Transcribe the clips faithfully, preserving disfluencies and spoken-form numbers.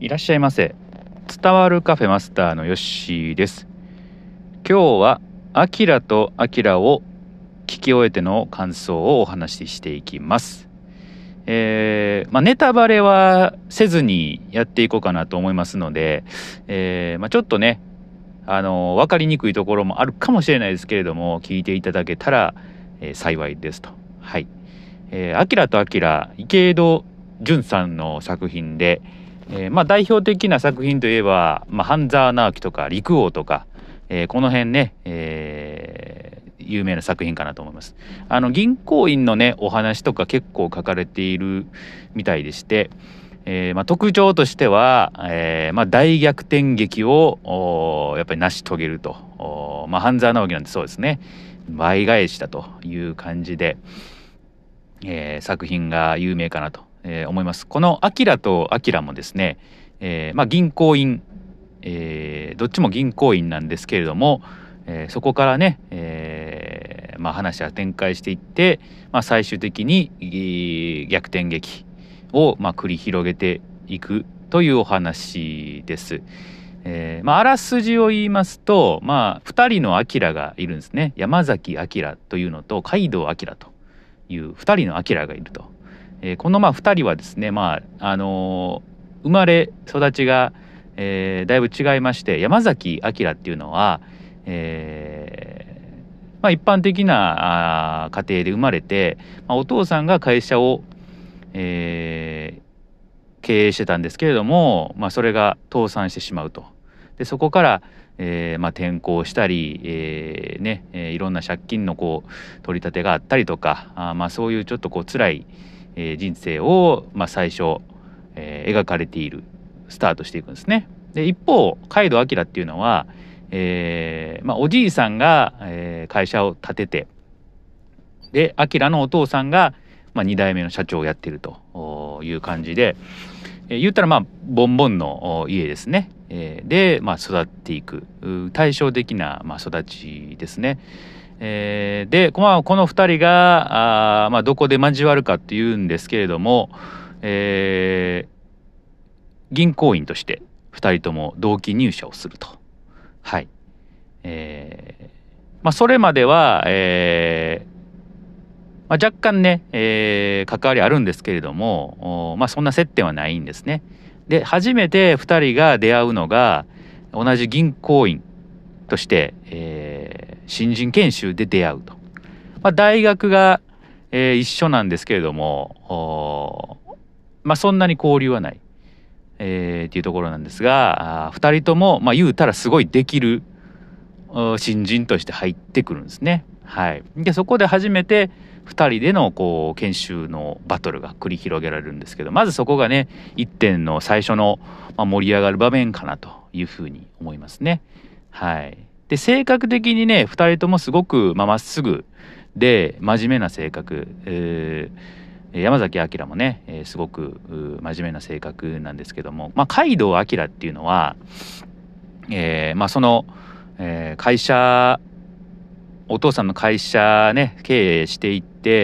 いらっしゃいませ。伝わるカフェマスターのヨッシーです。今日はアキラとアキラを聞き終えての感想をお話ししていきます。えーまあ、ネタバレはせずにやっていこうかなと思いますので、えーまあ、ちょっとねあの分かりにくいところもあるかもしれないですけれども、聞いていただけたら、えー、幸いですと。はい。えー、アキラとアキラ、池井戸潤さんの作品で、えーまあ、代表的な作品といえば、まあ、半沢直樹とか陸王とか、えー、この辺ね、えー、有名な作品かなと思います。あの銀行員のねお話とか結構書かれているみたいでして、えーまあ、特徴としては、えーまあ、大逆転劇をやっぱり成し遂げると、まあ、半沢直樹なんてそうですね、倍返しだという感じで、えー、作品が有名かなとえー、思います。このアキラとアキラもですね、えーまあ、銀行員、えー、どっちも銀行員なんですけれども、えー、そこからね、えーまあ、話は展開していって、まあ、最終的に逆転劇を、まあ、繰り広げていくというお話です。えーまあ、あらすじを言いますと、まあ、ふたりのアキラがいるんですね。山崎アキラというのと海道アキラというふたりのアキラがいると。えー、このまあふたりはですね、まああのー、生まれ育ちが、えー、だいぶ違いまして、山崎明っていうのは、えーまあ、一般的なあ家庭で生まれて、まあ、お父さんが会社を、えー、経営してたんですけれども、まあ、それが倒産してしまうと。でそこから、えーまあ、転校したり、えーねえー、いろんな借金のこう取り立てがあったりとか、あ、まあ、そういうちょっとこう辛いえー、人生を、まあ、最初、えー、描かれているスタートしていくんですね。で一方海道明っていうのは、えーまあ、おじいさんが、えー、会社を建てて、で明のお父さんが、まあ、に代目の社長をやっているという感じで、えー、言ったらまあボンボンの家ですね、えー、で、まあ、育っていく対照的な、まあ、育ちですね。えー、で、まあ、このふたりがあ、まあ、どこで交わるかっていうんですけれども、えー、銀行員としてふたりとも同期入社をすると。はい。えーまあ、それまでは、えーまあ、若干ね、えー、関わりあるんですけれども、まあ、そんな接点はないんですね。で初めてふたりが出会うのが同じ銀行員として、えー、新人研修で出会うと。まあ、大学が、えー、一緒なんですけれども、まあ、そんなに交流はない、えー、っていうところなんですが、ふたりとも、まあ、言うたらすごいできる新人として入ってくるんですね。はい、でそこで初めてふたりでのこう研修のバトルが繰り広げられるんですけど、まずそこがねいってんの最初の、まあ、盛り上がる場面かなというふうに思いますね。はい、で性格的にねふたりともすごくまあ、まっすぐで真面目な性格、えー、山崎明もね、えー、すごく真面目な性格なんですけども、まあ、海道明っていうのは、えーまあ、その、えー、会社お父さんの会社ね経営していって、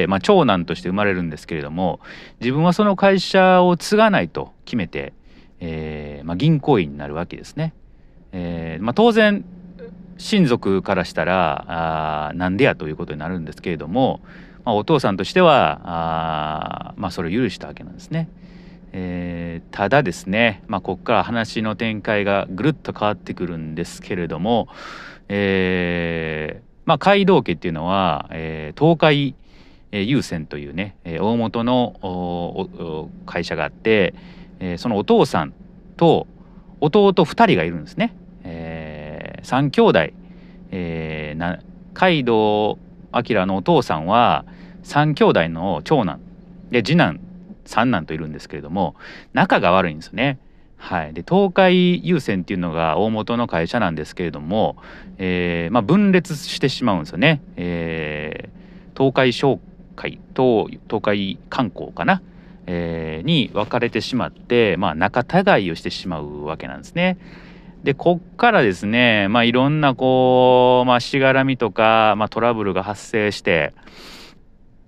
まあ、長男として生まれるんですけれども、自分はその会社を継がないと決めて、えーまあ、銀行員になるわけですね。えーまあ、当然親族からしたらあなんでやということになるんですけれども、まあ、お父さんとしてはあ、まあ、それを許したわけなんですね。えー、ただですね、まあ、ここから話の展開がぐるっと変わってくるんですけれども、えーまあ、海道家っていうのは、えー、東海郵船というね大元の会社があって、えー、そのお父さんと弟ふたりがいるんですね。えー、さん兄弟、えー、な海道明のお父さんはさん兄弟の長男で、次男三男といるんですけれども、仲が悪いんですね。はい、で東海郵船っていうのが大元の会社なんですけれども、えーまあ、分裂してしまうんですよね。えー、東海商会と東海観光かな、えー、に分かれてしまって、まあ、仲違いをしてしまうわけなんですね。でこっからですね、まあ、いろんなこう、まあ、しがらみとか、まあ、トラブルが発生して、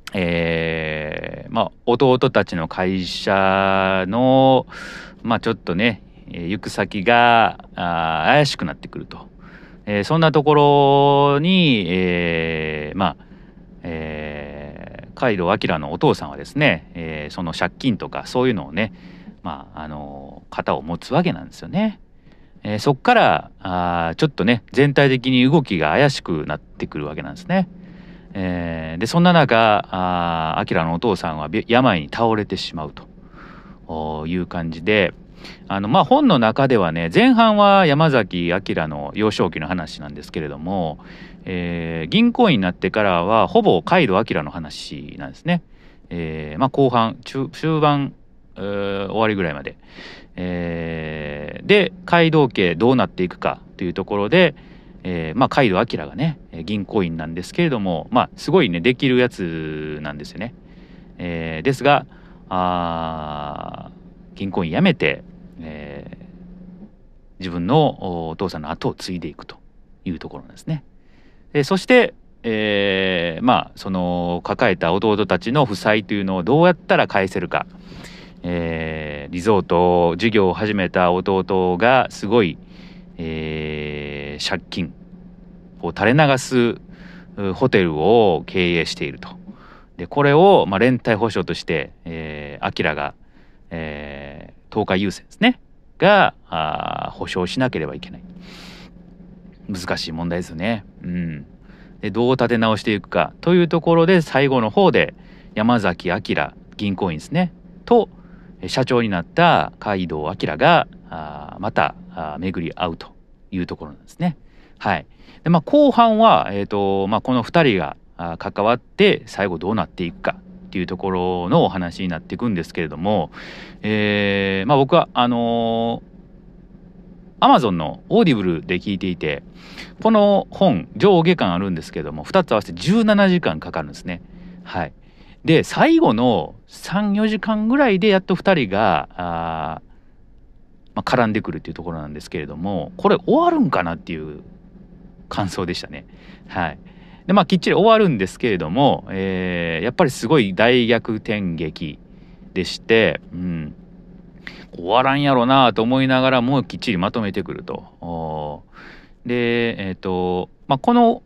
えーまあ、弟たちの会社の、まあ、ちょっとね、 えー行く先があ怪しくなってくると、えーそんなところに、えーまあ、えー、カイドウアキラのお父さんはですね、えーその借金とかそういうのをね、まあ、あの肩を持つわけなんですよね。えーそっからあちょっとね全体的に動きが怪しくなってくるわけなんですね。えーでそんな中あアキラのお父さんは病に倒れてしまうという感じで、あのまあ本の中ではね前半は山崎明の幼少期の話なんですけれども、えー銀行員になってからはほぼカイドウアキラの話なんですね。えーまあ、後半中終盤、えー終わりぐらいまで、えーでカイドウ家どうなっていくかというところで、えーまあ、カイドウアキラがね銀行員なんですけれども、まあ、すごいねできるやつなんですよね。えーですがあ銀行員辞めて、えー自分のお父さんの後を継いでいくというところなんですね。でそして、えーまあその抱えた弟たちの負債というのをどうやったら返せるか、えーリゾート事業を始めた弟がすごい、えー借金を垂れ流すうホテルを経営していると。でこれを、まあ、連帯保証として、えー、アキラが、えー、東海郵船ですねがあ保証しなければいけない。難しい問題ですよね。うん、でどう立て直していくかというところで最後の方で山崎明銀行員ですねと社長になった海道明があまたあ巡り合うというところなんですね。はい。でまあ後半は、えーとまあ、このふたりがあ関わって最後どうなっていくかっていうところのお話になっていくんですけれども、えーまあ、僕はあのー、Amazon のオーディブルで聞いていてこの本上下巻あるんですけれどもふたつ合わせてじゅうななじかんかかるんですね。はい。で最後のさん、よじかんぐらいでやっとふたりがあ、まあ、絡んでくるっていうところなんですけれどもこれ終わるんかなっていう感想でしたね。はい。でまあきっちり終わるんですけれども、えーやっぱりすごい大逆転劇でして、うん、終わらんやろなと思いながらもきっちりまとめてくると。おでえっ、とまあこの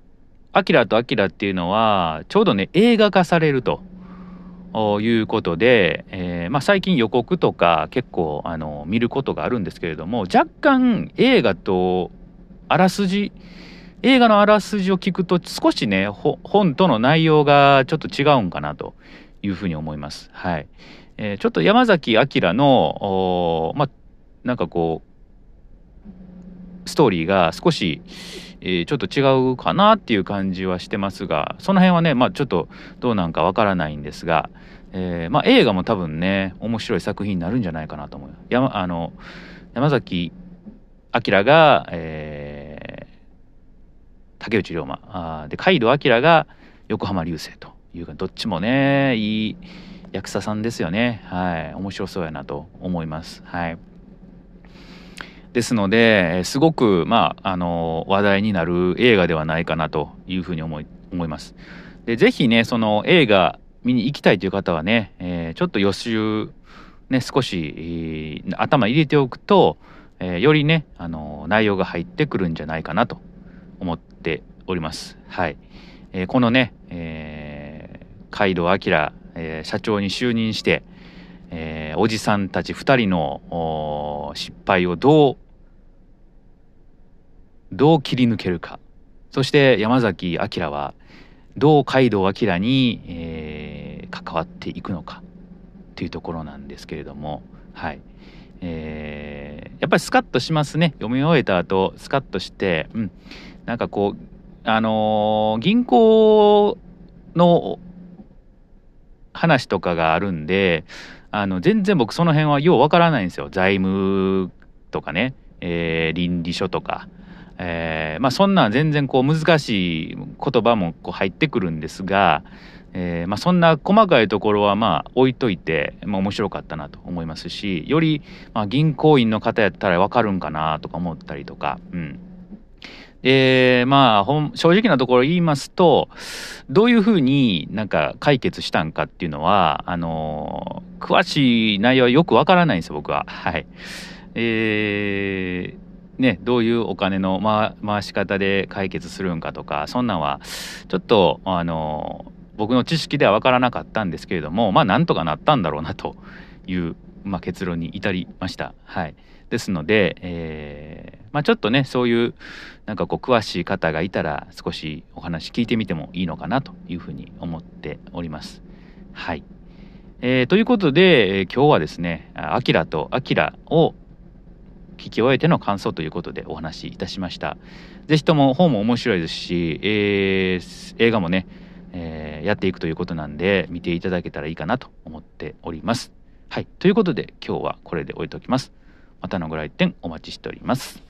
「アキラとアキラ」っていうのはちょうどね映画化されるということで、えーまあ、最近予告とか結構あの見ることがあるんですけれども若干映画とあらすじ映画のあらすじを聞くと少しね本との内容がちょっと違うんかなというふうに思います。はい。えーちょっと山崎明のおまあなんかこうストーリーが少し、えーちょっと違うかなっていう感じはしてますがその辺はねまあちょっとどうなんかわからないんですが、えーまあ、映画も多分ね面白い作品になるんじゃないかなと思う。山あの山崎明が、えー竹内涼真あーで海道明が横浜流星というかどっちもねいい役者さんですよね。はい面白そうやなと思います。はいですのでえーすごくまああの話題になる映画ではないかなというふうに思い思います。でぜひねその映画見に行きたいという方はね、えーちょっと予習ね少し、えー頭入れておくと、えーよりねあの内容が入ってくるんじゃないかなと思っております。はい。えーこのね、えー、海道明、えー社長に就任して、えーおじさんたちふたりのお失敗をどうどう切り抜けるか。そして山崎明はどう海道明に、えー関わっていくのかというところなんですけれども、はい。えーやっぱりスカッとしますね。読み終えた後スカッとして、うん、なんかこうあのー銀行の話とかがあるんであの全然僕その辺はようわからないんですよ。財務とかね、えー倫理書とか、えーまあそんな全然こう難しい言葉もこう入ってくるんですが、えーまあ、そんな細かいところはまあ置いといて、まあ、面白かったなと思いますしよりまあ銀行員の方やったらわかるんかなとか思ったりとか、うん、でまあほん正直なところ言いますとどういうふうになんか解決したんかっていうのはあの詳しい内容はよくわからないんですよ僕は。はい。 えーね、どういうお金の回回し方で解決するんかとか、そんなんはちょっとあの僕の知識では分からなかったんですけれども、まあなんとかなったんだろうなという、まあ、結論に至りました。はい、ですので、えーまあ、ちょっとねそういうなんかこう詳しい方がいたら少しお話聞いてみてもいいのかなというふうに思っております。はい、えーということで、えー今日はですねアキラとアキラを聞き終えての感想ということでお話しいたしました。ぜひとも本も面白いですし、えー映画もね、えーやっていくということなんで見ていただけたらいいかなと思っております。はい、ということで今日はこれで終えておきます。またのご来店お待ちしております。